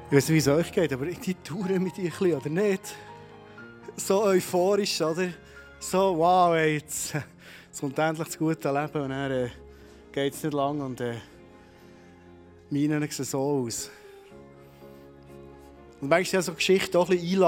Ich weiß nicht, wie es euch geht, aber die Touren mit euch oder nicht? So euphorisch, oder? So, wow, ey, jetzt kommt endlich das gute Leben und dann geht es nicht lang und meine sehen so aus. Und manchmal sind ja so Geschichten auch ein bisschen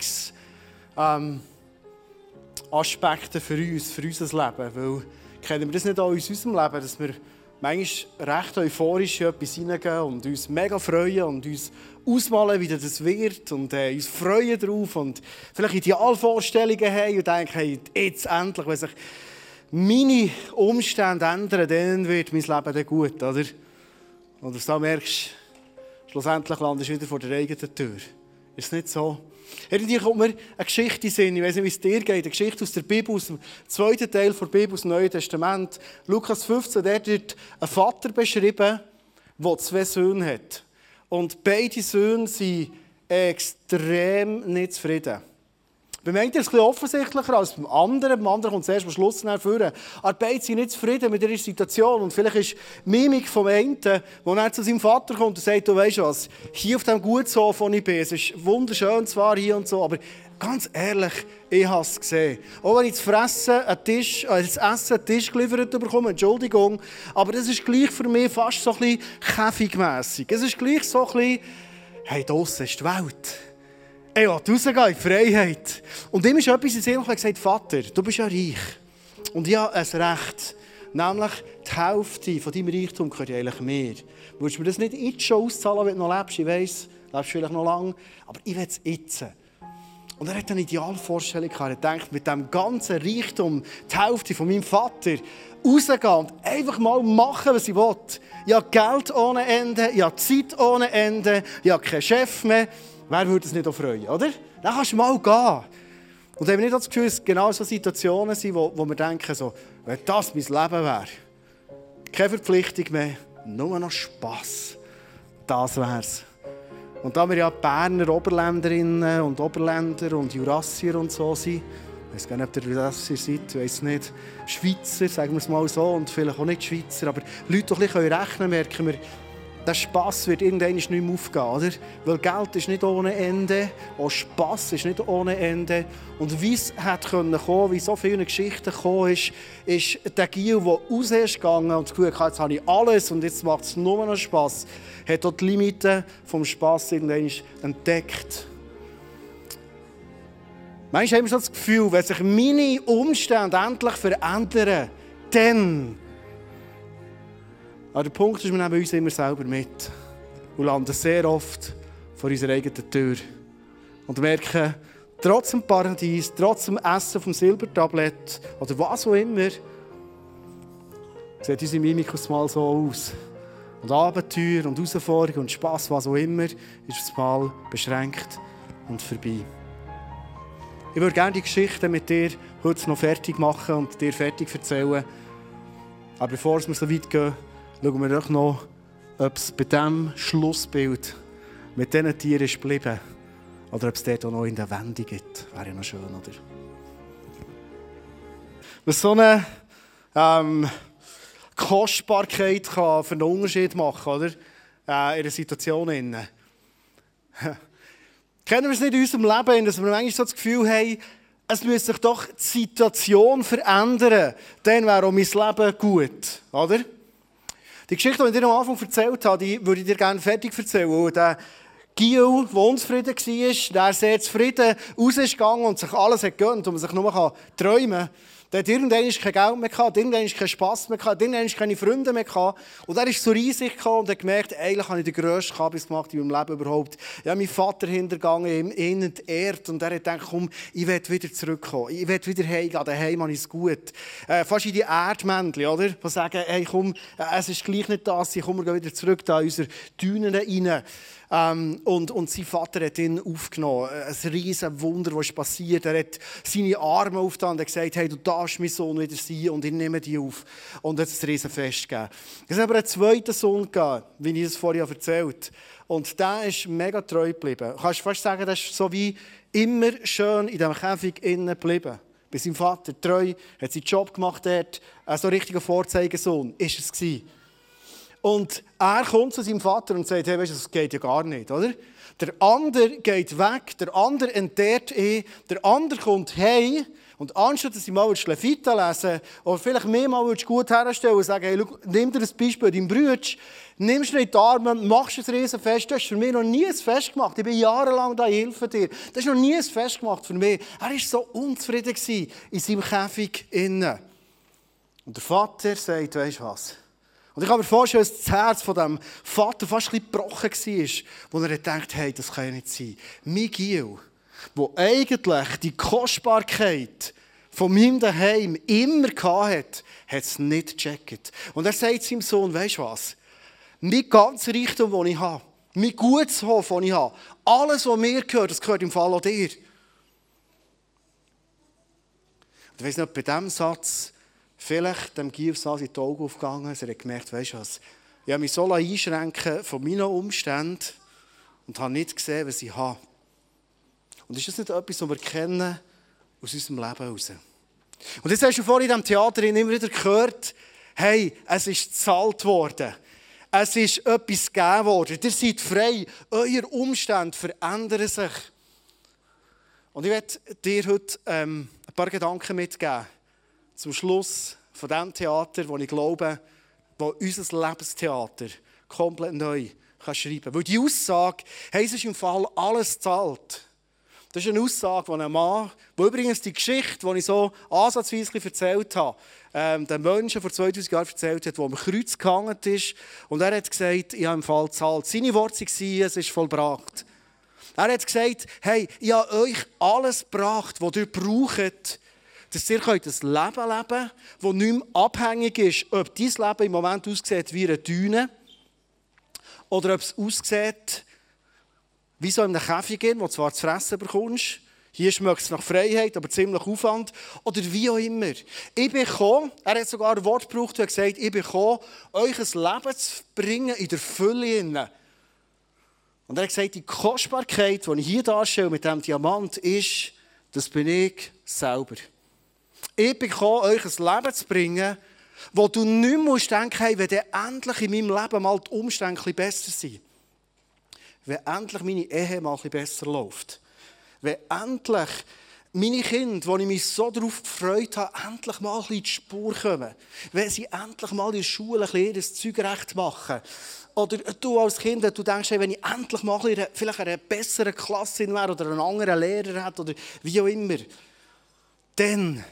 Einladungsaspekte für unser Leben, weil kennen wir das nicht auch in unserem Leben, dass wir manchmal recht euphorisch in etwas hineingehen und uns mega freuen und uns ausmalen, wie das wird und uns freuen darauf und vielleicht Idealvorstellungen haben und denken, hey, jetzt endlich, wenn sich meine Umstände ändern, dann wird mein Leben dann gut, oder? Und du merkst, schlussendlich landest du wieder vor der eigenen Tür. Ist es nicht so? Irgendwie kommt mir eine Geschichte in den Sinn, ich weiß nicht, wie es dir geht, eine Geschichte aus der Bibel, aus dem zweiten Teil der Bibel, aus dem Neuen Testament. Lukas 15, dort wird ein Vater beschrieben, der 2 Söhne hat. Und beide Söhne sind extrem nicht zufrieden. Beim einen ist es ein bisschen offensichtlicher als beim anderen. Beim anderen kommt es erst am Schluss hervor. Aber beide sind nicht zufrieden mit ihrer Situation. Und vielleicht ist die Mimik vom einen, der dann zu seinem Vater kommt und sagt, du weisst was, hier auf dem Gutshof, wo ich bin, es ist wunderschön zwar hier und so, aber ganz ehrlich, ich habe es gesehen. Auch wenn ich das Essen einen Tisch geliefert bekomme, Entschuldigung, aber das ist gleich für mich fast so ein bisschen käfigmässig. Es ist gleich so ein bisschen, hey, draussen ist die Welt. Ich will rausgehen in die Freiheit. Und ihm ist etwas in den Sinn gesagt, Vater, du bist ja reich. Und ich habe ein Recht. Nämlich die Hälfte von deinem Reichtum gehört ja eigentlich mir. Willst du mir das nicht jetzt schon auszahlen, wenn du noch lebst? Ich weiss, du lebst vielleicht noch lange, aber ich will es jetzt. Und er hat eine Idealvorstellung gehabt. Er denkt, mit diesem ganzen Reichtum, die Hälfte von meinem Vater, rausgehen und einfach mal machen, was ich will. Ich habe Geld ohne Ende, ich habe Zeit ohne Ende, ich habe keinen Chef mehr. Wer würde es nicht auch freuen, oder? Dann kannst du mal gehen. Und haben wir nicht das Gefühl, dass es genau so Situationen sind, wo wir denken, so, wenn das mein Leben wäre, keine Verpflichtung mehr, nur noch Spass. Das wär's. Und da wir ja Berner Oberländerinnen und Oberländer und Jurassier und so sind, ich weiss gar nicht, ob ihr Jurassier seid, ich weiss nicht, Schweizer, sagen wir es mal so, und vielleicht auch nicht Schweizer, aber Leute, die ein bisschen rechnen können, merken wir, der Spass wird irgendwann nicht mehr aufgehen, oder? Weil Geld ist nicht ohne Ende, auch Spass ist nicht ohne Ende. Und wie es kommen konnte, wie so viele Geschichten gekommen ist der Giel, der raus ist gegangen und das Gefühl hatte, jetzt habe ich alles und jetzt macht es nur noch Spass, hat auch die Limiten vom Spass irgendwann entdeckt. Manchmal haben wir so das Gefühl, wenn sich meine Umstände endlich verändern, dann... Aber der Punkt ist, wir nehmen uns immer selber mit und landen sehr oft vor unserer eigenen Tür. Und merken, trotz dem Paradies, trotz dem Essen vom Silbertablett oder was auch immer, sieht unsere Mimik mal so aus. Und Abenteuer und Herausforderung und Spass, was auch immer, ist aufs Mal beschränkt und vorbei. Ich würde gerne die Geschichte mit dir heute noch fertig machen und dir fertig erzählen. Aber bevor wir so weit gehen, schauen wir doch noch, ob es bei diesem Schlussbild mit diesen Tieren ist geblieben oder ob es dort auch noch in der Wende gibt. Wäre ja noch schön, oder? Was so eine Kostbarkeit kann für einen Unterschied machen, oder? In einer Situation. Kennen wir es nicht in unserem Leben, dass wir manchmal so das Gefühl haben, es müsste sich doch die Situation verändern, dann wäre auch mein Leben gut, oder? Die Geschichte, die ich dir am Anfang erzählt habe, die würde ich dir gerne fertig erzählen. Der Giel, der unzufrieden war, der sehr zufrieden rausgegangen und sich alles hat gegönnt und man sich nur träumen kann. Der hat irgendwann kein Geld mehr gehabt, irgendwann keinen Spass mehr gehabt, irgendwann keine Freunde mehr gehabt. Und er ist so riesig gekommen und hat gemerkt, eigentlich habe ich den grössten Kabis gemacht in meinem Leben überhaupt. Ich habe meinen Vater hintergangen, ihn entehrt und er hat gedacht, komm, ich will wieder zurückkommen. Ich will wieder heimgehen, daheim habe ich es gut. Fast wie die Erdmännchen, oder? Die sagen, hey, komm, es ist gleich nicht das, ich komme wieder zurück da in unsere Dünen rein. Und sein Vater hat ihn aufgenommen. Ein riesen Wunder, was passiert. Er hat seine Arme aufgetan und hat gesagt, hey, du darfst mein Sohn wieder sein und ich nehme dich auf. Und hat ein riesen Fest gegeben. Es hat aber einen zweiten Sohn gegeben, wie ich es vorhin erzählt habe. Und der ist mega treu geblieben. Du kannst fast sagen, der ist so wie immer schön in diesem Käfig innen geblieben. Bei seinem Vater treu, hat seinen Job gemacht dort. So ein richtiger Vorzeigesohn war es. Und er kommt zu seinem Vater und sagt, hey, weißt du, das geht ja gar nicht, oder? Der andere geht weg, der andere entehrt ihn, der andere kommt heim. Und anstatt dass ich mal Leviten lesen oder vielleicht mir mal gut herstellen und sagen, hey, schau, nimm dir ein Beispiel deinem Bruder, nimmst ihn in die Arme, machst ein Riesenfest. Du hast für mich noch nie ein Fest gemacht. Ich bin jahrelang da, ich helfe dir. Du hast noch nie ein Fest gemacht für mich. Er war so unzufrieden in seinem Käfig innen. Und der Vater sagt, weisst du was? Und ich kann mir vorstellen, dass das Herz von diesem Vater fast ein bisschen gebrochen war, wo er gedacht hat, hey, das kann ja nicht sein. Mein Giel, der eigentlich die Kostbarkeit von meinem Daheim immer hatte, hat es nicht gecheckt. Und er sagt seinem Sohn, weisst du was? Mein ganzes Reichtum, das ich habe, mein Gutshof, das ich habe, alles, was mir gehört, das gehört im Fall auch dir. Und ich weiss nicht, bei diesem Satz vielleicht dem Giel in die Augen aufgegangen, er hat gemerkt, weisst du was, ich habe mich so einschränken von meinen Umständen und habe nicht gesehen, was ich habe. Und ist das nicht etwas, was wir kennen aus unserem Leben heraus? Und jetzt hast du vorhin in diesem Theater immer wieder gehört, hey, es ist gezahlt worden. Es ist etwas gegeben worden. Ihr seid frei. Eure Umstände verändern sich. Und ich werde dir heute ein paar Gedanken mitgeben. Zum Schluss von diesem Theater, wo ich glaube, wo unser Lebenstheater komplett neu schreiben kann. Weil die Aussage, hey, es ist im Fall alles gezahlt. Das ist eine Aussage von einem Mann, der übrigens die Geschichte, die ich so ansatzweise erzählt habe, den Menschen vor 2000 Jahren erzählt hat, der am Kreuz gehangen ist. Und er hat gesagt, ich habe im Fall gezahlt. Seine Worte waren, es ist vollbracht. Er hat gesagt, hey, ich habe euch alles gebracht, was ihr braucht, dass ihr ein Leben leben könnt, das nicht mehr abhängig ist, ob dein Leben im Moment aussieht wie eine Düne oder ob es aussieht wie so in einem Käfig, wo du zwar zu fressen bekommst, hier schmeckt es nach Freiheit, aber ziemlich Aufwand, oder wie auch immer. Ich bin gekommen, er hat sogar ein Wort gebraucht, und gesagt, ich bin gekommen, euch ein Leben zu bringen in der Fülle. Und er hat gesagt, die Kostbarkeit, die ich hier darstelle mit diesem Diamant, ist, das bin ich selber. Ich bin gekommen, euch ein Leben zu bringen, wo du nicht mehr denken musst, hey, wenn dann endlich in meinem Leben mal die Umstände ein bisschen besser sind. Wenn endlich meine Ehe mal ein bisschen besser läuft. Wenn endlich meine Kinder, die ich mich so darauf gefreut habe, endlich mal ein bisschen in die Spur kommen. Wenn sie endlich mal in der Schule ein bisschen das Zeug recht machen. Oder du als Kind, du denkst, wenn ich endlich mal vielleicht eine bessere Klasse wäre oder einen anderen Lehrer hätte oder wie auch immer. Dann.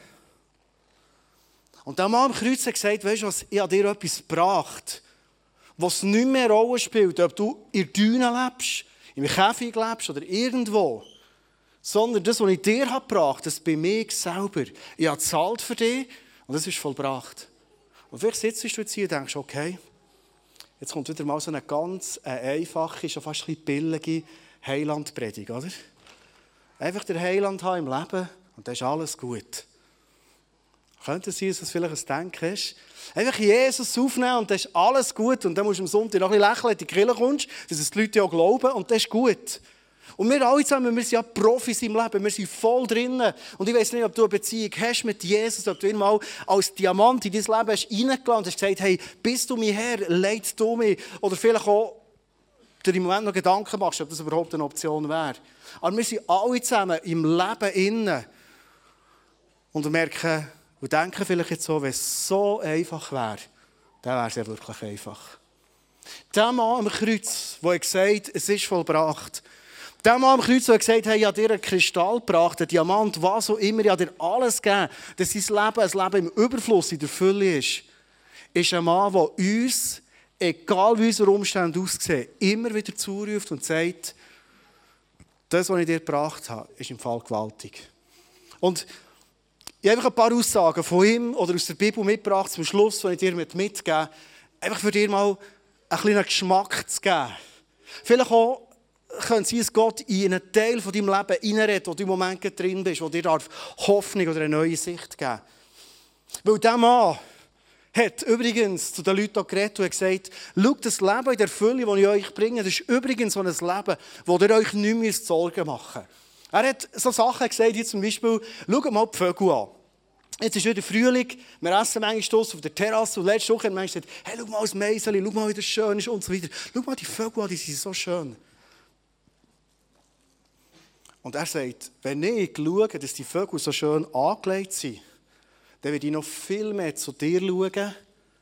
Und der Mann am Kreuz hat gesagt, weisst du was, ich habe dir etwas gebracht, was nicht mehr eine Rolle spielt, ob du in der Düne lebst, im Käfig lebst oder irgendwo. Sondern das, was ich dir gebracht habe, das bin ich selber. Ich habe gezahlt für dich und das ist vollbracht. Und vielleicht sitzt du jetzt hier und denkst, okay, jetzt kommt wieder mal so eine ganz einfache, schon fast ein bisschen billige Heilandpredigt, oder? Einfach den Heiland haben im Leben und dann ist alles gut. Könnte es sein, dass das vielleicht ein Denken ist? Einfach Jesus aufnehmen und dann ist alles gut. Und dann musst du am Sonntag noch ein bisschen lächeln, wenn du in die Kirche kommst, dass es die Leute auch glauben und das ist gut. Und wir alle zusammen, wir sind ja Profis im Leben, wir sind voll drinnen. Und ich weiss nicht, ob du eine Beziehung hast mit Jesus, ob du ihn mal als Diamant in dein Leben hast reingelassen und hast gesagt, hey, bist du mein Herr, leid du mich. Oder vielleicht auch dir im Moment noch Gedanken machst, ob das überhaupt eine Option wäre. Aber wir sind alle zusammen im Leben innen und merken, und denken vielleicht jetzt so, wenn es so einfach wäre, dann wäre es ja wirklich einfach. Der Mann am Kreuz, der gesagt hat, es ist vollbracht. Der Mann am Kreuz, der gesagt hat, ich habe dir einen Kristall gebracht, einen Diamant, was auch immer, ich habe dir alles gegeben, dass sein Leben ein Leben im Überfluss, in der Fülle ist ein Mann, der uns, egal wie unsere Umstände aussehen, immer wieder zuruft und sagt, das, was ich dir gebracht habe, ist im Fall gewaltig. Und ich habe einfach ein paar Aussagen von ihm oder aus der Bibel mitgebracht, zum Schluss, die ich dir mitgeben, einfach für dir mal einen kleinen Geschmack zu geben. Vielleicht auch könnte es sein, dass Gott in einen Teil von deinem Leben hineinredet, wo du im Moment drin bist, wo dir Hoffnung oder eine neue Sicht geben. Weil dieser Mann hat übrigens zu den Leuten geredet und hat gesagt, schaut, das Leben in der Fülle, das ich euch bringe, das ist übrigens so ein Leben, wo ihr euch nicht Sorgen machen müsst. Er hat so Sachen gesagt, wie zum Beispiel, schaut mal die Vögel an. Jetzt ist wieder Frühling, wir essen manchmal auf der Terrasse und letzte Woche haben wir gesagt, hey, schau mal das Meiseli, schau mal, wie das schön ist und so weiter. Schau mal die Vögel an, die sind so schön. Und er sagt, wenn ich schaue, dass die Vögel so schön angelegt sind, dann werde ich noch viel mehr zu dir schauen,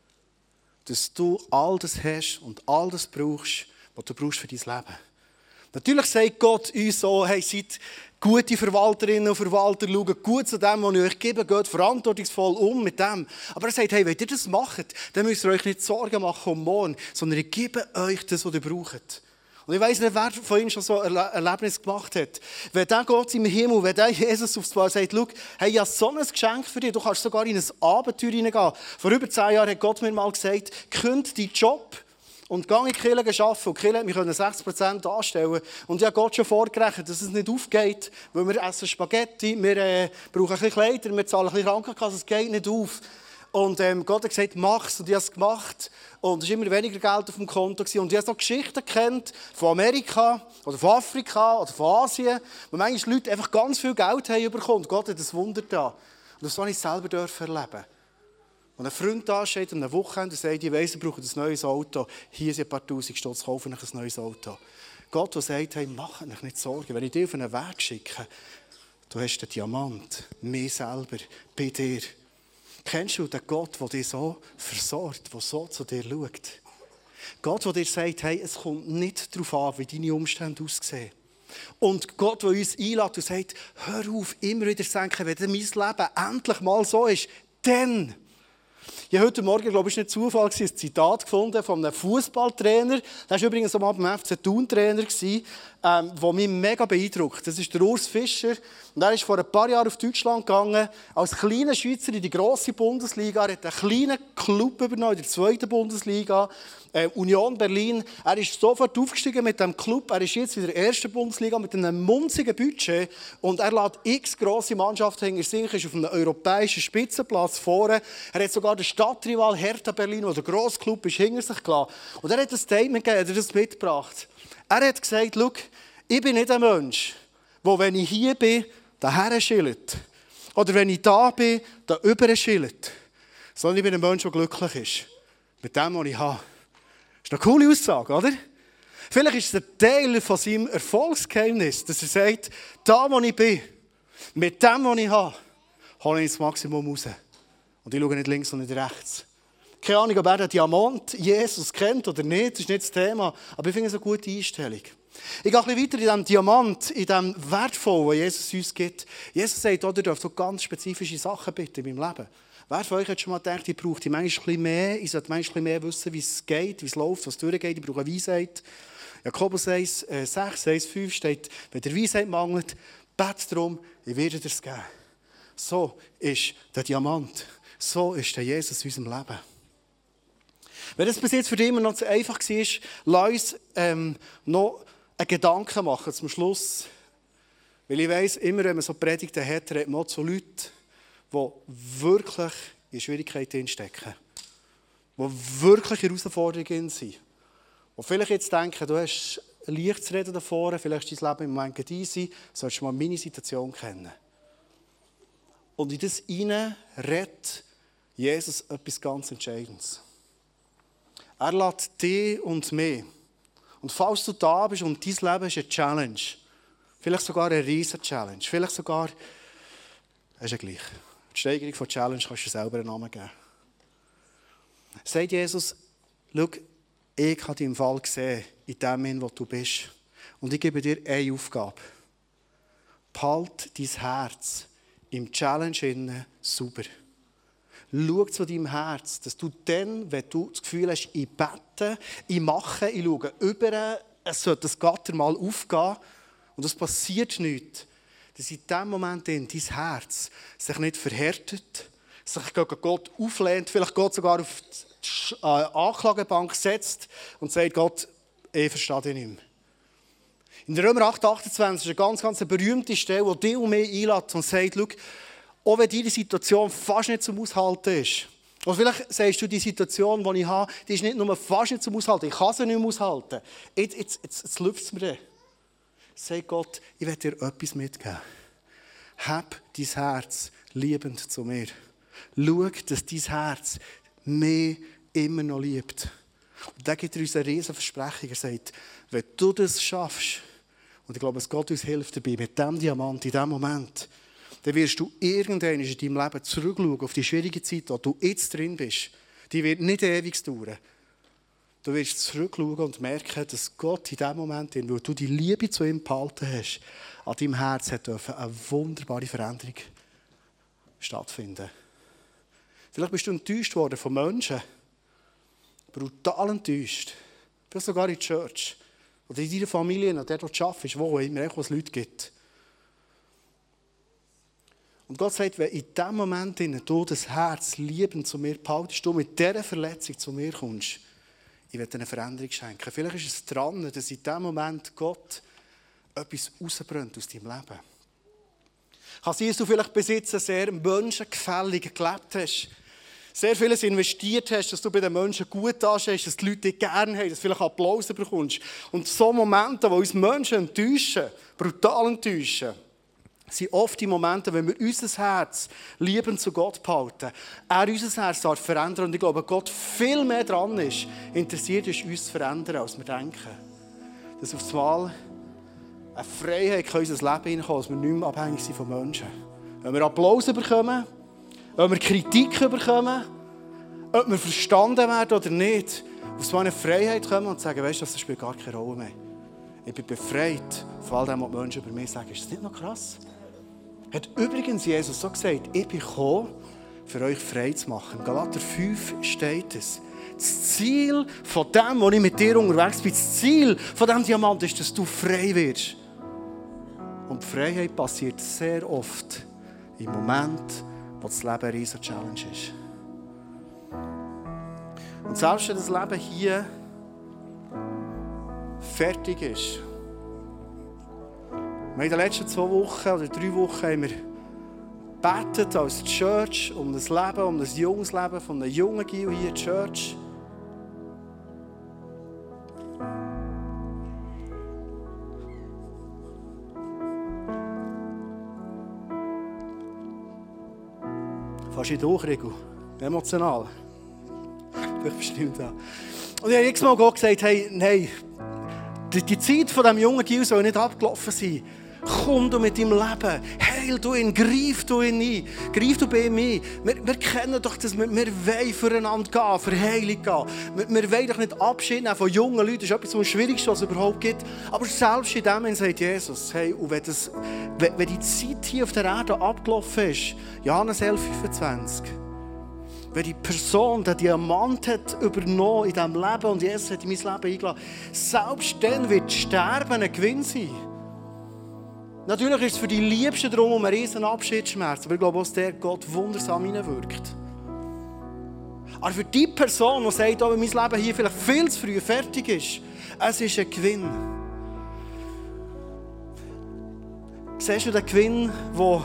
dass du all das hast und all das brauchst, was du brauchst für dein Leben. Natürlich sagt Gott uns so, hey, seid gute Verwalterinnen und Verwalter, schaut gut zu dem, was ich euch gebe, geht verantwortungsvoll um mit dem. Aber er sagt, hey, wenn ihr das macht, dann müsst ihr euch nicht Sorgen machen um morgen, sondern ich gebe euch das, was ihr braucht. Und ich weiss nicht, wer von Ihnen schon so ein Erlebnis gemacht hat. Wenn der Gott im Himmel, wenn der Jesus aufs Mal sagt, schau, hey, ich habe so ein Geschenk für dich, du kannst sogar in ein Abenteuer hineingehen. Vor über 10 Jahren hat Gott mir mal gesagt, kündige deinen Job und geh in die Kirche arbeiten. Und die Kirche hat mich 60% anstellen. Und ich habe Gott schon vorgerechnet, dass es nicht aufgeht, weil wir essen Spaghetti, wir brauchen ein bisschen Kleider, wir zahlen ein bisschen Krankenkasse, es geht nicht auf. Und Gott hat gesagt, mach's. Und ich habe es gemacht. Und es war immer weniger Geld auf dem Konto. Und ich habe so Geschichten kennt von Amerika oder von Afrika oder von Asien, wo manchmal Leute einfach ganz viel Geld haben bekommen. Und Gott hat ein Wunder da. Und das durfte ich selber erleben. Und ein Freund da steht an einem Wochenende und sagt, ich weiss, ihr braucht ein neues Auto. Hier sind ein paar Tausend Stutz, kaufen euch ein neues Auto. Gott, der sagt, hey, mach euch nicht Sorgen. Wenn ich dich auf einen Weg schicke, du hast den Diamant, mir selber, bei dir. Kennst du den Gott, der dich so versorgt, der so zu dir schaut? Gott, der dir sagt, hey, es kommt nicht darauf an, wie deine Umstände aussehen. Und Gott, der uns einlädt und sagt, hör auf, immer wieder zu denken, wenn mein Leben endlich mal so ist, dann. Ich habe heute Morgen, glaube ich, nicht Zufall, ein Zitat gefunden von einem Fußballtrainer. Der war übrigens am Abend beim FC Thun Trainer, der mich mega beeindruckt. Das ist der Urs Fischer. Und er ist vor ein paar Jahren auf Deutschland gegangen, als kleiner Schweizer in die grosse Bundesliga. Er hat einen kleinen Club übernommen in der 2. Bundesliga, Union Berlin. Er ist sofort aufgestiegen mit diesem Club. Er ist jetzt in der 1. Bundesliga mit einem munzigen Budget. Und er lässt x grosse Mannschaften hinter sich, ist auf einem europäischen Spitzenplatz vorne. Er hat sogar den Stadtrival Hertha Berlin, der der grosse Club ist, hinter sich gelassen. Und er hat ein Statement gegeben, er hat das mitgebracht. Er hat gesagt, schau, ich bin nicht ein Mensch, der, wenn ich hier bin, daher schillt. Oder wenn ich da bin, da über schillt. Sondern ich bin ein Mensch, der glücklich ist. Mit dem, was ich habe. Das ist eine coole Aussage, oder? Vielleicht ist es ein Teil von seinem Erfolgsgeheimnis, dass er sagt, da, wo ich bin, mit dem, was ich habe, hole ich das Maximum raus. Und ich schaue nicht links und nicht rechts. Keine Ahnung, ob er den Diamant Jesus kennt oder nicht, das ist nicht das Thema. Aber ich finde es eine gute Einstellung. Ich gehe ein bisschen weiter in diesem Diamant, in diesem Wertvollen, den Jesus uns gibt. Jesus sagt, ihr dürft so ganz spezifische Sachen bitten in meinem Leben. Wer von euch hat schon mal gedacht, ich brauche manchmal ein bisschen mehr, ich sollte manchmal ein bisschen mehr wissen, wie es geht, wie es läuft, was durchgeht, ich brauche eine Weisheit. Jakobus 1, 6, 1, 5 steht, wenn der Weisheit mangelt, bet darum, ich werde dir es geben. So ist der Diamant. So ist der Jesus in unserem Leben. Wenn das bis jetzt für dich immer noch zu einfach war, lass uns noch einen Gedanken machen zum Schluss. Weil ich weiss, immer wenn man so Predigten hat, redet man zu Leuten, die wirklich in Schwierigkeiten stecken. Die wirklich Herausforderungen sind. Die vielleicht jetzt denken, du hast ein Licht zu reden davor, vielleicht ist dein Leben im Moment easy, solltest du mal meine Situation kennen. Und in das hinein redet Jesus etwas ganz Entscheidendes. Er lässt dich und mich. Und falls du da bist und dein Leben ist eine Challenge, vielleicht sogar eine riesen Challenge, vielleicht sogar, das ist ja gleich. Die Steigerung von Challenge kannst du selber einen Namen geben. Sagt Jesus, schau, ich habe dich im Fall gesehen, in dem, wo du bist. Und ich gebe dir eine Aufgabe. Behalte dein Herz im Challenge sauber. Schau zu deinem Herz, dass du dann, wenn du das Gefühl hast, ich bete, ich mache, ich schaue über, es sollte das Gatter mal aufgehen und es passiert nichts, dass in dem Moment dein Herz sich nicht verhärtet, sich gegen Gott auflehnt, vielleicht Gott sogar auf die Anklagebank setzt und sagt, Gott, ich verstehe dich nicht mehr. In der Römer 8,28 ist eine ganz berühmte Stelle, die dich und mich einlädt und sagt, schau, auch wenn diese Situation fast nicht zum Aushalten ist. Oder vielleicht sagst du, die Situation, die ich habe, die ist nicht nur fast nicht zum Aushalten, ich kann sie nicht mehr aushalten. Jetzt läuft es mir dann. Sag Gott, ich will dir etwas mitgeben. Heb dein Herz liebend zu mir. Schau, dass dein Herz mehr immer noch liebt. Und dann gibt er uns eine riesen Versprechung. Er sagt, wenn du das schaffst, und ich glaube, dass Gott uns hilft dabei, mit diesem Diamant, in diesem Moment, dann wirst du irgendwann in deinem Leben zurückschauen auf die schwierige Zeit, wo du jetzt drin bist. Die wird nicht ewig dauern. Du wirst zurückschauen und merken, dass Gott in dem Moment, wo du die Liebe zu ihm behalten hast, an deinem Herz hat eine wunderbare Veränderung stattfinden. Vielleicht bist du enttäuscht worden von Menschen, brutal enttäuscht. Vielleicht sogar in der Church oder in deiner Familie, an der du arbeitest, wo immer es Leute gibt. Und Gott sagt, wenn in dem Moment du das Herz liebend zu mir behaltest, du mit dieser Verletzung zu mir kommst, ich werde dir eine Veränderung schenken. Vielleicht ist es dran, dass in diesem Moment Gott etwas rausbrennt aus deinem Leben. Kann sein, dass du vielleicht bis jetzt sehr menschengefällig gelebt hast, sehr vieles investiert hast, dass du bei den Menschen gut dastehst, dass die Leute dich gerne haben, dass du vielleicht Applaus bekommst. Und so Momente, wo uns Menschen enttäuschen, brutal enttäuschen, sind oft die Momente, wenn wir unser Herz liebend zu Gott behalten. Er unser Herz darf verändern. Und ich glaube, Gott viel mehr dran ist, interessiert ist, uns zu verändern, als wir denken. Dass auf einmal eine Freiheit in unser Leben hineinkommt, dass wir nicht mehr abhängig sind von Menschen. Wenn wir Applaus bekommen, wenn wir Kritik bekommen, ob wir verstanden werden oder nicht, auf so eine Freiheit kommen und sagen, weißt du, das spielt gar keine Rolle mehr. Ich bin befreit von all dem, was die Menschen über mich sagen. Ist das nicht noch krass? Hat übrigens Jesus so gesagt, ich bin gekommen, für euch frei zu machen. Im Galater 5 steht es. Das Ziel von dem, wo ich mit dir unterwegs bin, das Ziel von diesem Diamant ist, dass du frei wirst. Und Freiheit passiert sehr oft im Moment, wo das Leben eine riesige Challenge ist. Und selbst wenn das Leben hier fertig ist, wir haben in den letzten 2 Wochen oder 3 Wochen haben wir gebetet als Church um das Leben, um das junges Leben von einem jungen Gil hier in der Church. Fast in Durchregung. Emotional. Vielleicht bestimmt auch. Und ich habe x-mal Gott gesagt, hey, die Zeit von diesem jungen Gil soll nicht abgelaufen sein. Komm du mit deinem Leben, heil du ihn, greif du ihn ein, greif du bei ihm ein. Wir kennen doch, dass wir wollen füreinander gehen, für Heilung gehen. Wir wollen doch nicht Abschied nehmen von jungen Leuten, das ist etwas, das Schwierigste, was es überhaupt gibt. Aber selbst in dem sagt Jesus, hey, und wenn die Zeit hier auf der Erde abgelaufen ist, Johannes 11,25, wenn die Person den Diamant hat übernommen in diesem Leben und Jesus hat in mein Leben eingeladen, selbst dann wird Sterben ein Gewinn sein. Natürlich ist es für die Liebsten darum ein riesen Abschiedsschmerz, aber ich glaube auch, dass der Gott wundersam hineinwirkt. Aber für die Person, die sagt, oh, wenn mein Leben hier vielleicht viel zu früh fertig ist, es ist ein Gewinn. Siehst du den Gewinn, wo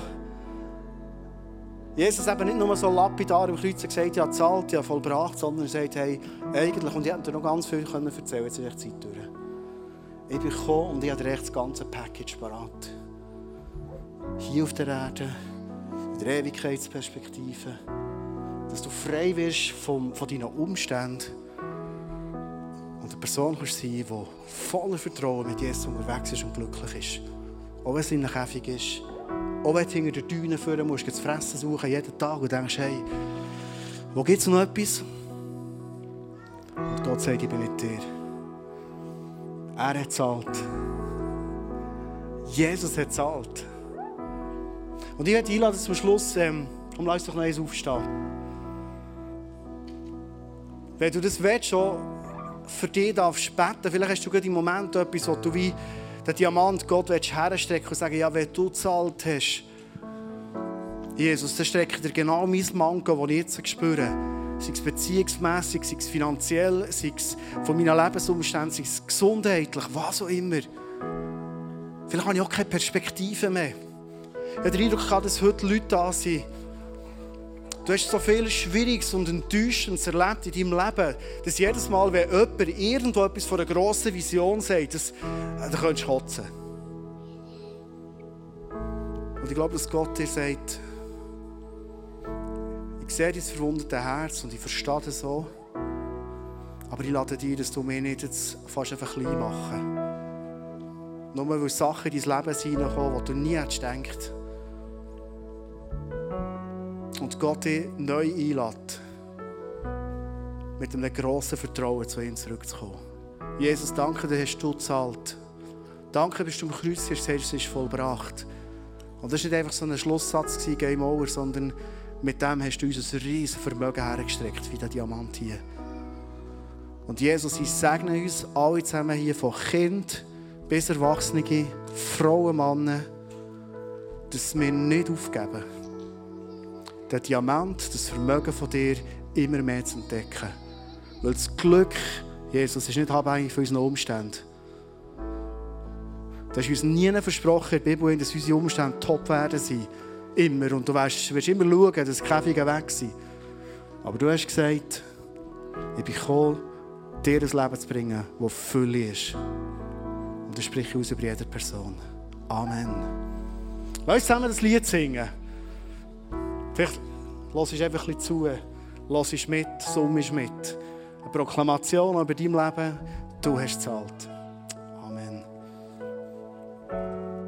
Jesus eben nicht nur so lapidar im Kreuz gesagt hat, ja, gezahlt, ja, vollbracht, sondern er sagt, hey, eigentlich, und ich hätte dir noch ganz viel erzählen, jetzt ist echt Zeit durch. Ich bin gekommen und ich habe dir echt das ganze Package parat. Hier auf der Erde, in der Ewigkeitsperspektive, dass du frei wirst von deinen Umständen und eine Person kannst sein, die voller Vertrauen mit Jesus unterwegs ist und glücklich ist. Auch wenn es in einem Käfig ist, auch wenn du hinter der Düne führen musst, zu fressen suchen, jeden Tag und denkst, hey, wo gibt es noch etwas? Und Gott sagt, ich bin mit dir. Er hat gezahlt. Jesus hat gezahlt. Und ich werde einladen zum Schluss, lass uns doch noch eins aufstehen. Wenn du das willst, schon für dich darfst beten, vielleicht hast du gerade im Moment etwas, wo du wie den Diamant Gott herstrecken und sagen, ja, wenn du gezahlt hast, Jesus, dann strecke dir genau mein Manko, das ich jetzt spüre. Sei es beziehungsmässig, sei es finanziell, sei es von meinen Lebensumständen, sei es gesundheitlich, was auch immer. Vielleicht habe ich auch keine Perspektive mehr. Ich habe den Eindruck, dass heute Leute da sind. Du hast so viel Schwieriges und Enttäuschendes erlebt in deinem Leben, dass jedes Mal, wenn jemand irgendwo etwas von einer grossen Vision sagt, dann könntest du kotzen. Und ich glaube, dass Gott dir sagt, ich sehe dein verwundete Herz und ich verstehe das so. Aber ich lade dir, dass du mir nicht jetzt fast einfach klein machen. Nur weil Sachen in dein Leben hineinkommen, die du nie hättest gedacht. Und Gott dich neu einlädt, mit einem grossen Vertrauen zu ihm zurückzukommen. Jesus, danke, dass hast du gezahlt. Danke, bist du am Kreuz, hast gesagt, es ist vollbracht. Und das war nicht einfach so ein Schlusssatz, Game Over, sondern mit dem hast du uns ein riesiges Vermögen hergestreckt, wie der Diamant hier. Und Jesus, ich segne uns alle zusammen hier, von Kind bis Erwachsene, Frauen, Männer, dass wir nicht aufgeben. Den Diamant, das Vermögen von dir, immer mehr zu entdecken. Weil das Glück, Jesus, ist nicht abhängig von unseren Umständen. Du hast uns nie versprochen in der Bibel, dass unsere Umstände top werden sein. Immer. Und du wirst immer schauen, dass die Käfige weg sind. Aber du hast gesagt, ich bin gekommen, dir ein Leben zu bringen, das Fülle ist. Und das spreche ich aus über jede Person. Amen. Lass uns zusammen das Lied singen. Vielleicht hörst du einfach ein bisschen zu, hörst mit, summst mit. Eine Proklamation über dein Leben, du hast gezahlt.